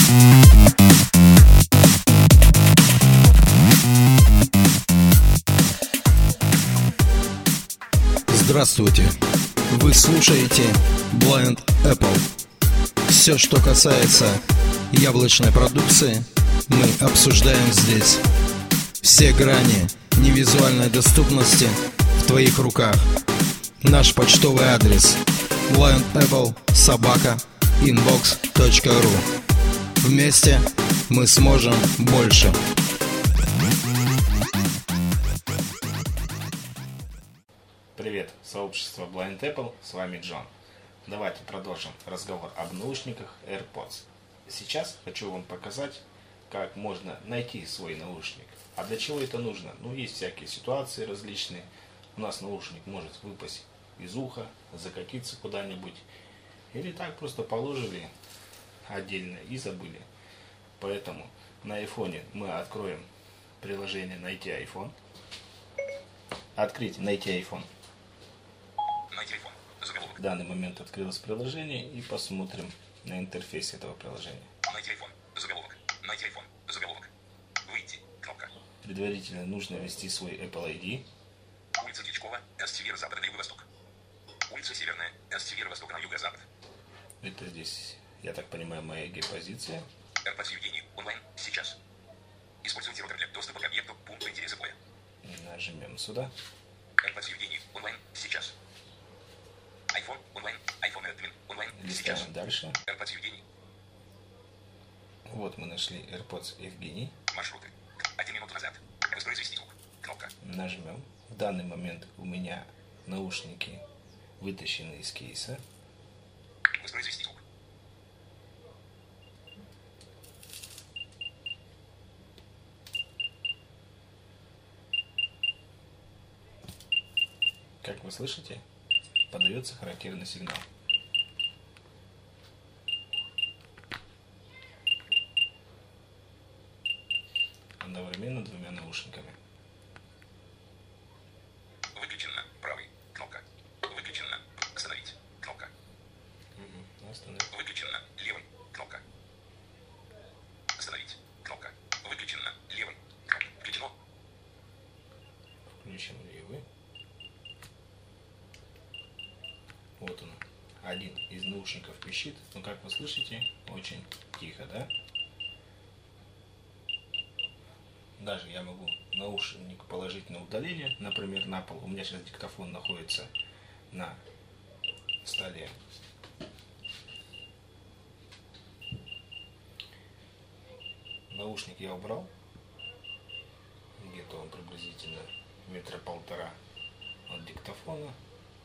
Здравствуйте! Вы слушаете Blind Apple. Все, что касается яблочной продукции, мы обсуждаем здесь. Все грани невизуальной доступности в твоих руках. Наш почтовый адрес blindapple@inbox.ru. Вместе мы сможем больше. Привет, сообщество Blind Apple, с вами Джон. Давайте продолжим разговор об наушниках AirPods. Сейчас хочу вам показать, как можно найти свой наушник. А для чего это нужно? Есть всякие ситуации различные. У нас наушник может выпасть из уха, закатиться куда-нибудь. Или так просто положили отдельно и забыли. Поэтому на айфоне мы откроем приложение «Найти iPhone». Открыть «Найти iPhone». В данный момент открылось приложение и посмотрим на интерфейс этого приложения. Найти iPhone. Заголовок. Найти iPhone. Заголовок. Выйти. Кнопка. Предварительно нужно ввести свой Apple ID. Улица Дичкова, С-север-запад на юго-восток. Улица Северная, С-северо-восток на юго-запад. Это здесь, я так понимаю, моя геопозиция. AirPods Евгений. Онлайн. Сейчас. Используйте ротор для доступа к объекту пункту интереса поля. Нажмем сюда. AirPods Евгений. Онлайн. Сейчас. iPhone. Онлайн. iPhone Twin. Онлайн. Сейчас. Листаем дальше. AirPods Евгений. Вот мы нашли AirPods Евгений. Маршруты. 1 минуту назад. Воспроизвести звук. Кнопка. Нажмем. В данный момент у меня наушники вытащены из кейса. Воспроизвести звук. Как вы слышите, подается характерный сигнал. Одновременно двумя наушниками. Выключено. Правый. Кнопка. Выключено. Остановить. Кнопка. Остановить. Выключено. Левый. Кнопка. Остановить. Кнопка. Выключено. Левый. Кнопка. Включено. Включим левый. Вот он. Один из наушников пищит. Но как вы слышите, очень тихо, да? Даже я могу наушник положить на удаление, например, на пол. У меня сейчас диктофон находится на столе. Наушник я убрал. Где-то он приблизительно 1,5 метра от диктофона.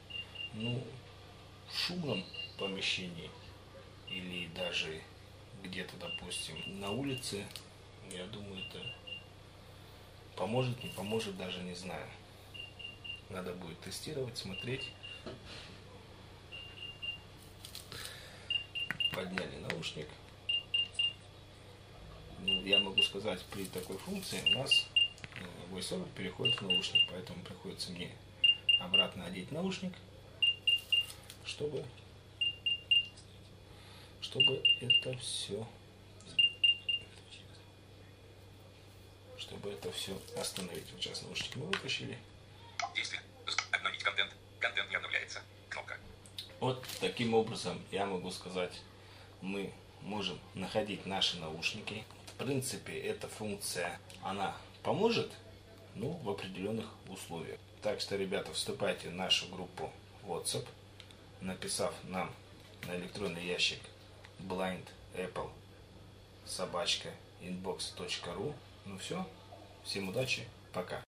В шумном помещении или даже где-то, допустим, на улице, я думаю, это поможет, не поможет, даже не знаю. Надо будет тестировать, смотреть. Подняли наушник. Я могу сказать, при такой функции у нас VoiceOver переходит в наушник, поэтому приходится мне обратно одеть наушник, чтобы это все остановить. Вот сейчас наушники мы вытащили. Действие. Обновить контент. Контент не обновляется. Кнопка. Вот таким образом я могу сказать, мы можем находить наши наушники. В принципе, эта функция, она поможет, в определенных условиях. Так что, ребята, вступайте в нашу группу WhatsApp, написав нам на электронный ящик blindapple@inbox.ru. Все. Всем удачи. Пока.